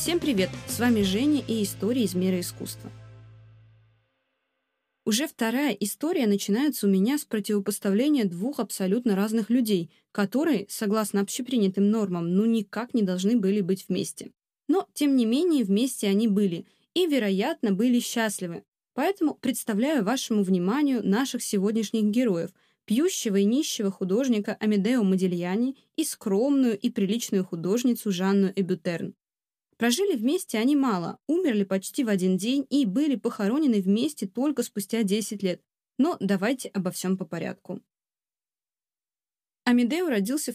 Всем привет! С вами Женя и история из мира искусства. Уже вторая история начинается у меня с противопоставления двух абсолютно разных людей, которые, согласно общепринятым нормам, никак не должны были быть вместе. Но, тем не менее, вместе они были и, вероятно, были счастливы. Поэтому представляю вашему вниманию наших сегодняшних героев, пьющего и нищего художника Амедео Модильяни и скромную и приличную художницу Жанну Эбютерн. Прожили вместе они мало, умерли почти в один день и были похоронены вместе только спустя 10 лет. Но давайте обо всем по порядку. Амедео родился в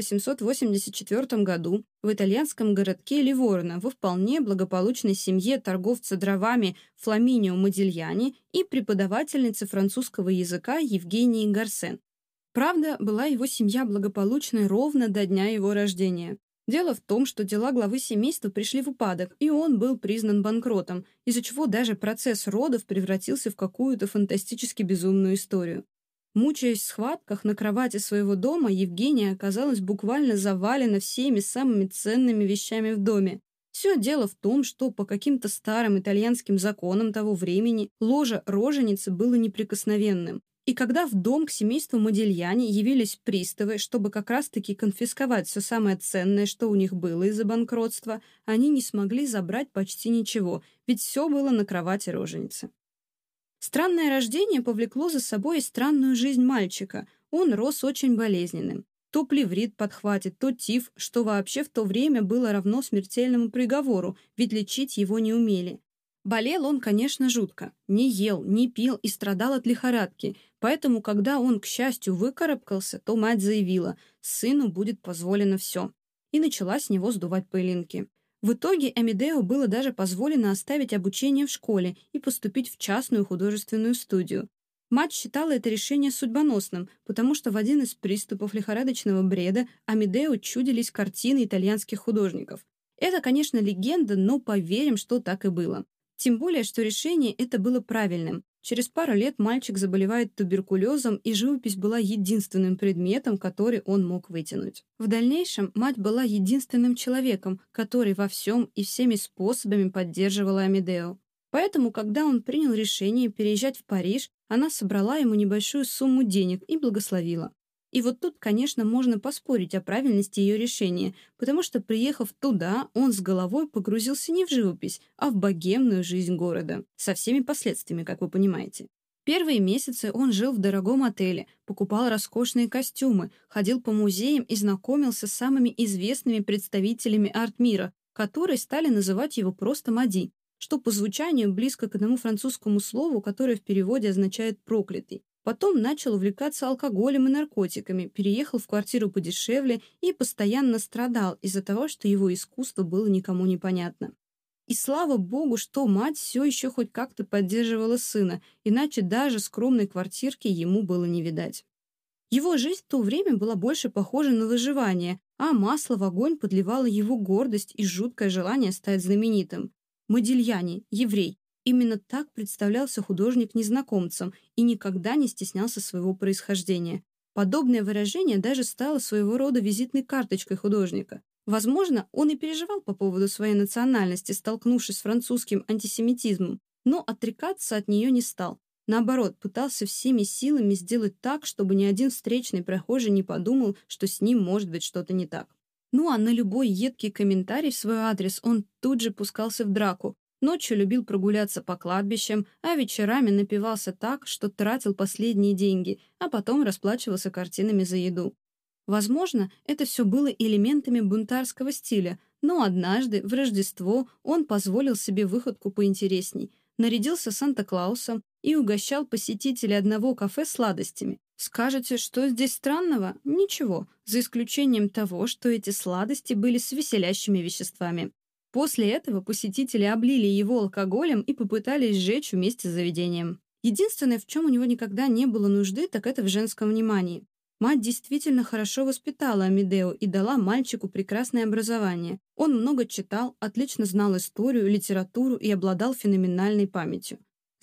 1884 году в итальянском городке Ливорно во вполне благополучной семье торговца дровами Фламинио Модильяни и преподавательницы французского языка Евгении Гарсен. Правда, была его семья благополучной ровно до дня его рождения. Дело в том, что дела главы семейства пришли в упадок, и он был признан банкротом, из-за чего даже процесс родов превратился в какую-то фантастически безумную историю. Мучаясь в схватках на кровати своего дома, Евгения оказалась буквально завалена всеми самыми ценными вещами в доме. Все дело в том, что по каким-то старым итальянским законам того времени ложе роженицы было неприкосновенным. И когда в дом к семейству Модильяни явились приставы, чтобы как раз-таки конфисковать все самое ценное, что у них было из-за банкротства, они не смогли забрать почти ничего, ведь все было на кровати роженицы. Странное рождение повлекло за собой и странную жизнь мальчика. Он рос очень болезненным. То плеврит подхватит, то тиф, что вообще в то время было равно смертельному приговору, ведь лечить его не умели. Болел он, конечно, жутко. Не ел, не пил и страдал от лихорадки. Поэтому, когда он, к счастью, выкарабкался, то мать заявила, сыну будет позволено все. И начала с него сдувать пылинки. В итоге Амедео было даже позволено оставить обучение в школе и поступить в частную художественную студию. Мать считала это решение судьбоносным, потому что в один из приступов лихорадочного бреда Амедео чудились картины итальянских художников. Это, конечно, легенда, но поверим, что так и было. Тем более, что решение это было правильным. Через пару лет мальчик заболевает туберкулезом, и живопись была единственным предметом, который он мог вытянуть. В дальнейшем мать была единственным человеком, который во всем и всеми способами поддерживала Амедео. Поэтому, когда он принял решение переезжать в Париж, она собрала ему небольшую сумму денег и благословила. И вот тут, конечно, можно поспорить о правильности ее решения, потому что, приехав туда, он с головой погрузился не в живопись, а в богемную жизнь города, со всеми последствиями, как вы понимаете. Первые месяцы он жил в дорогом отеле, покупал роскошные костюмы, ходил по музеям и знакомился с самыми известными представителями арт-мира, которые стали называть его просто Мади, что по звучанию близко к одному французскому слову, которое в переводе означает «проклятый». Потом начал увлекаться алкоголем и наркотиками, переехал в квартиру подешевле и постоянно страдал из-за того, что его искусство было никому не понятно. И слава богу, что мать все еще хоть как-то поддерживала сына, иначе даже скромной квартирки ему было не видать. Его жизнь в то время была больше похожа на выживание, а масло в огонь подливала его гордость и жуткое желание стать знаменитым. Модильяни, еврей. Именно так представлялся художник незнакомцам и никогда не стеснялся своего происхождения. Подобное выражение даже стало своего рода визитной карточкой художника. Возможно, он и переживал по поводу своей национальности, столкнувшись с французским антисемитизмом, но отрекаться от нее не стал. Наоборот, пытался всеми силами сделать так, чтобы ни один встречный прохожий не подумал, что с ним может быть что-то не так. А на любой едкий комментарий в свой адрес он тут же пускался в драку. Ночью любил прогуляться по кладбищам, а вечерами напивался так, что тратил последние деньги, а потом расплачивался картинами за еду. Возможно, это все было элементами бунтарского стиля, но однажды, в Рождество, он позволил себе выходку поинтересней, нарядился Санта-Клаусом и угощал посетителей одного кафе сладостями. Скажете, что здесь странного? Ничего, за исключением того, что эти сладости были с веселящими веществами. После этого посетители облили его алкоголем и попытались сжечь вместе с заведением. Единственное, в чем у него никогда не было нужды, так это в женском внимании. Мать действительно хорошо воспитала Амедео и дала мальчику прекрасное образование. Он много читал, отлично знал историю, литературу и обладал феноменальной памятью.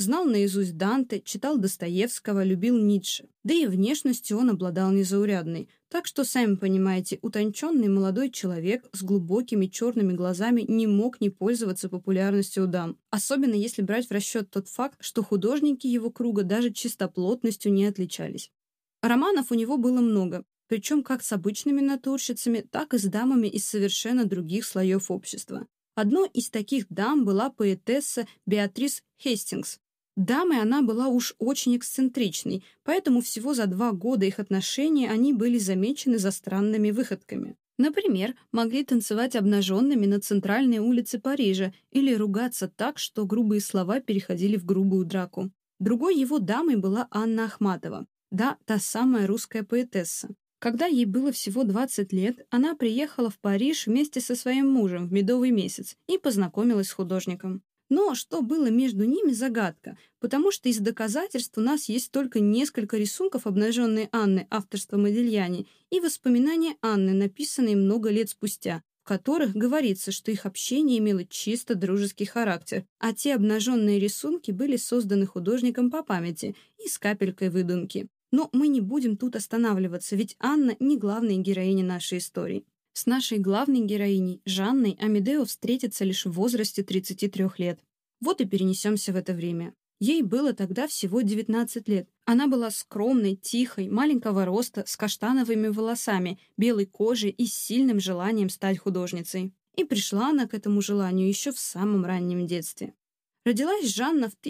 Знал наизусть Данте, читал Достоевского, любил Ницше. Да и внешностью он обладал незаурядной. Так что, сами понимаете, утонченный молодой человек с глубокими черными глазами не мог не пользоваться популярностью у дам. Особенно если брать в расчет тот факт, что художники его круга даже чистоплотностью не отличались. Романов у него было много, причем как с обычными натурщицами, так и с дамами из совершенно других слоев общества. Одной из таких дам была поэтесса Беатрис Хестингс. Дамой она была уж очень эксцентричной, поэтому всего за 2 года их отношений они были замечены за странными выходками. Например, могли танцевать обнаженными на центральной улице Парижа или ругаться так, что грубые слова переходили в грубую драку. Другой его дамой была Анна Ахматова. Да, та самая русская поэтесса. Когда ей было всего 20 лет, она приехала в Париж вместе со своим мужем в медовый месяц и познакомилась с художником. Но что было между ними — загадка, потому что из доказательств у нас есть только несколько рисунков обнаженной Анны авторства Модильяни и воспоминания Анны, написанные много лет спустя, в которых говорится, что их общение имело чисто дружеский характер, а те обнаженные рисунки были созданы художником по памяти и с капелькой выдумки. Но мы не будем тут останавливаться, ведь Анна не главная героиня нашей истории. С нашей главной героиней, Жанной, Амедео встретится лишь в возрасте 33 лет. Вот и перенесемся в это время. Ей было тогда всего 19 лет. Она была скромной, тихой, маленького роста, с каштановыми волосами, белой кожей и с сильным желанием стать художницей. И пришла она к этому желанию еще в самом раннем детстве. Родилась Жанна в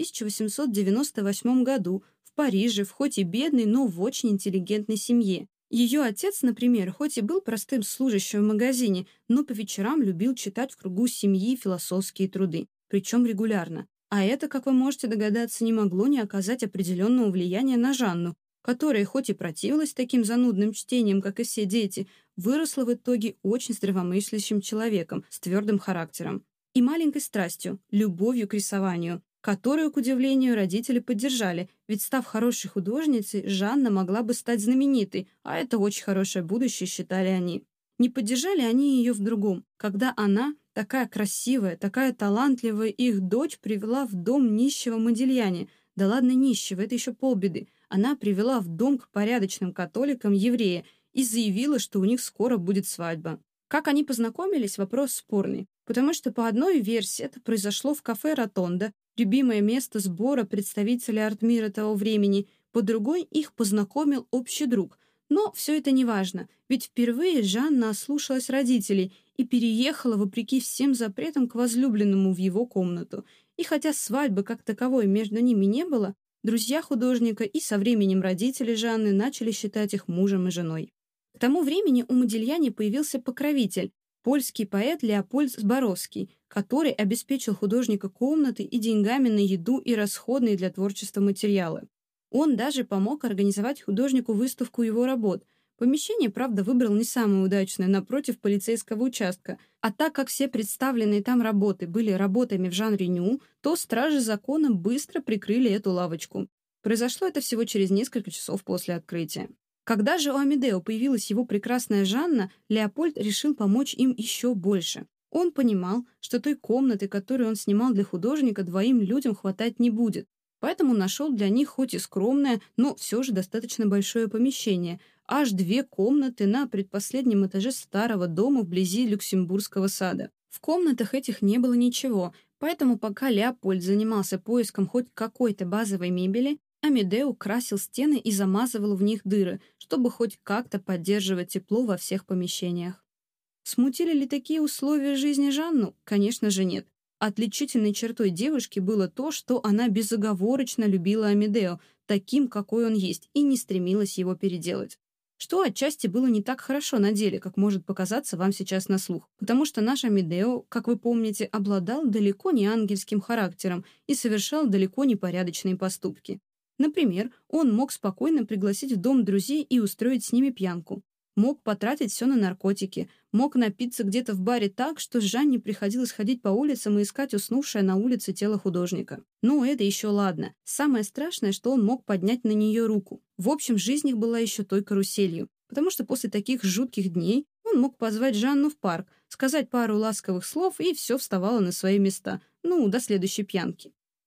1898 году в Париже, в хоть и бедной, но в очень интеллигентной семье. Ее отец, например, хоть и был простым служащим в магазине, но по вечерам любил читать в кругу семьи философские труды, причем регулярно. А это, как вы можете догадаться, не могло не оказать определенного влияния на Жанну, которая, хоть и противилась таким занудным чтениям, как и все дети, выросла в итоге очень здравомыслящим человеком с твердым характером и маленькой страстью, любовью к рисованию, которую, к удивлению, родители поддержали, ведь, став хорошей художницей, Жанна могла бы стать знаменитой, а это очень хорошее будущее, считали они. Не поддержали они ее в другом, когда она, такая красивая, такая талантливая, их дочь привела в дом нищего Модильяни. Да ладно нищего, это еще полбеды. Она привела в дом к порядочным католикам еврея и заявила, что у них скоро будет свадьба. Как они познакомились, вопрос спорный, потому что по одной версии это произошло в кафе «Ротонда», любимое место сбора представителей арт-мира того времени, по другой их познакомил общий друг. Но все это не важно, ведь впервые Жанна ослушалась родителей и переехала, вопреки всем запретам, к возлюбленному в его комнату. И хотя свадьбы как таковой между ними не было, друзья художника и со временем родители Жанны начали считать их мужем и женой. К тому времени у Модильяни появился покровитель, польский поэт Леопольд Зборовский, который обеспечил художника комнатой и деньгами на еду и расходные для творчества материалы. Он даже помог организовать художнику выставку его работ. Помещение, правда, выбрал не самое удачное, напротив полицейского участка, а так как все представленные там работы были работами в жанре ню, то стражи закона быстро прикрыли эту лавочку. Произошло это всего через несколько часов после открытия. Когда же у Амедео появилась его прекрасная Жанна, Леопольд решил помочь им еще больше. Он понимал, что той комнаты, которую он снимал для художника, 2 людям хватать не будет. Поэтому нашел для них хоть и скромное, но все же достаточно большое помещение, аж 2 комнаты на предпоследнем этаже старого дома вблизи Люксембургского сада. В комнатах этих не было ничего, поэтому пока Леопольд занимался поиском хоть какой-то базовой мебели, Амедео красил стены и замазывал в них дыры, чтобы хоть как-то поддерживать тепло во всех помещениях. Смутили ли такие условия жизни Жанну? Конечно же нет. Отличительной чертой девушки было то, что она безоговорочно любила Амедео, таким, какой он есть, и не стремилась его переделать. Что отчасти было не так хорошо на деле, как может показаться вам сейчас на слух, потому что наш Амедео, как вы помните, обладал далеко не ангельским характером и совершал далеко не порядочные поступки. Например, он мог спокойно пригласить в дом друзей и устроить с ними пьянку. Мог потратить все на наркотики, мог напиться где-то в баре так, что Жанне приходилось ходить по улицам и искать уснувшее на улице тело художника. Но это еще ладно. Самое страшное, что он мог поднять на нее руку. В общем, жизнь их была еще той каруселью, потому что после таких жутких дней он мог позвать Жанну в парк, сказать пару ласковых слов, и все вставало на свои места. Ну, до следующей пьянки.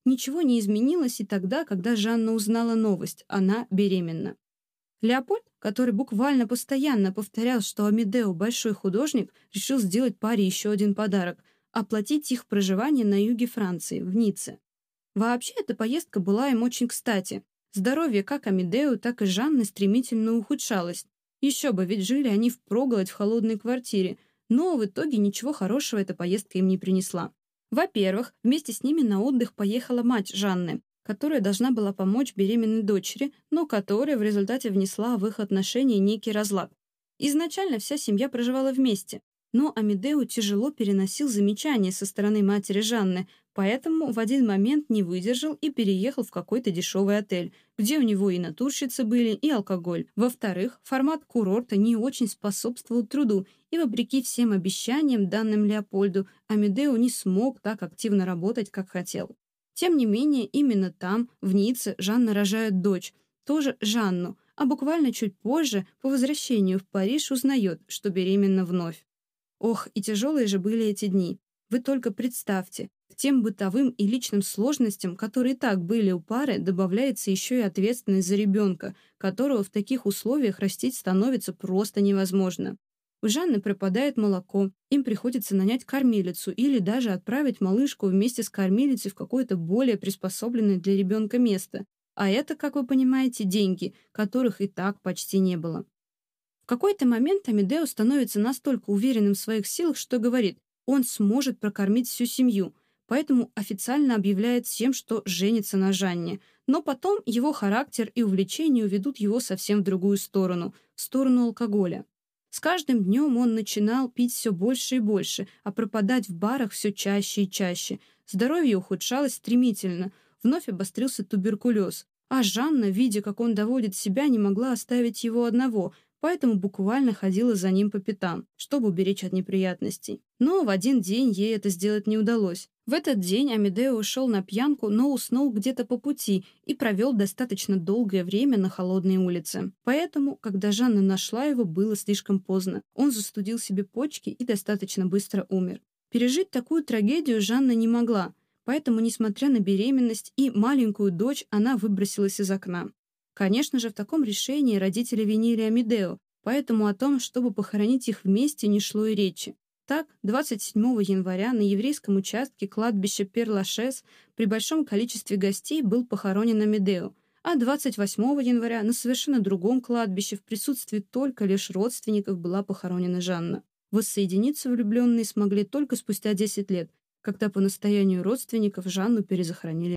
Ничего не изменилось и тогда, когда Жанна узнала новость – она беременна. Леопольд, который буквально постоянно повторял, что Амедео большой художник, решил сделать паре еще один подарок – оплатить их проживание на юге Франции, в Ницце. Вообще, эта поездка была им очень кстати. Здоровье как Амедео, так и Жанны стремительно ухудшалось. Еще бы, ведь жили они впроголодь в холодной квартире, но в итоге ничего хорошего эта поездка им не принесла. Во-первых, вместе с ними на отдых поехала мать Жанны, которая должна была помочь беременной дочери, но которая в результате внесла в их отношения некий разлад. Изначально вся семья проживала вместе, но Амедео тяжело переносил замечания со стороны матери Жанны, поэтому в один момент не выдержал и переехал в какой-то дешевый отель, где у него и натурщицы были, и алкоголь. Во-вторых, формат курорта не очень способствовал труду, и вопреки всем обещаниям, данным Леопольду, Амедео не смог так активно работать, как хотел. Тем не менее, именно там, в Ницце, Жанна рожает дочь, тоже Жанну, а буквально чуть позже, по возвращению в Париж, узнает, что беременна вновь. Ох, и тяжелые же были эти дни. Вы только представьте, к тем бытовым и личным сложностям, которые и так были у пары, добавляется еще и ответственность за ребенка, которого в таких условиях растить становится просто невозможно. У Жанны пропадает молоко, им приходится нанять кормилицу или даже отправить малышку вместе с кормилицей в какое-то более приспособленное для ребенка место. А это, как вы понимаете, деньги, которых и так почти не было. В какой-то момент Амедео становится настолько уверенным в своих силах, что говорит, он сможет прокормить всю семью, поэтому официально объявляет всем, что женится на Жанне. Но потом его характер и увлечения уведут его совсем в другую сторону, в сторону алкоголя. С каждым днем он начинал пить все больше и больше, а пропадать в барах все чаще и чаще. Здоровье ухудшалось стремительно, вновь обострился туберкулез. А Жанна, видя, как он доводит себя, не могла оставить его одного, поэтому буквально ходила за ним по пятам, чтобы уберечь от неприятностей. Но в один день ей это сделать не удалось. В этот день Амедео ушел на пьянку, но уснул где-то по пути и провел достаточно долгое время на холодной улице. Поэтому, когда Жанна нашла его, было слишком поздно. Он застудил себе почки и достаточно быстро умер. Пережить такую трагедию Жанна не могла, поэтому, несмотря на беременность и маленькую дочь, она выбросилась из окна. Конечно же, в таком решении родители винили Амедео, поэтому о том, чтобы похоронить их вместе, не шло и речи. Так, 27 января на еврейском участке кладбища Пер-Лашез при большом количестве гостей был похоронен Амедео, а 28 января на совершенно другом кладбище в присутствии только лишь родственников была похоронена Жанна. Воссоединиться влюбленные смогли только спустя 10 лет, когда по настоянию родственников Жанну перезахоронили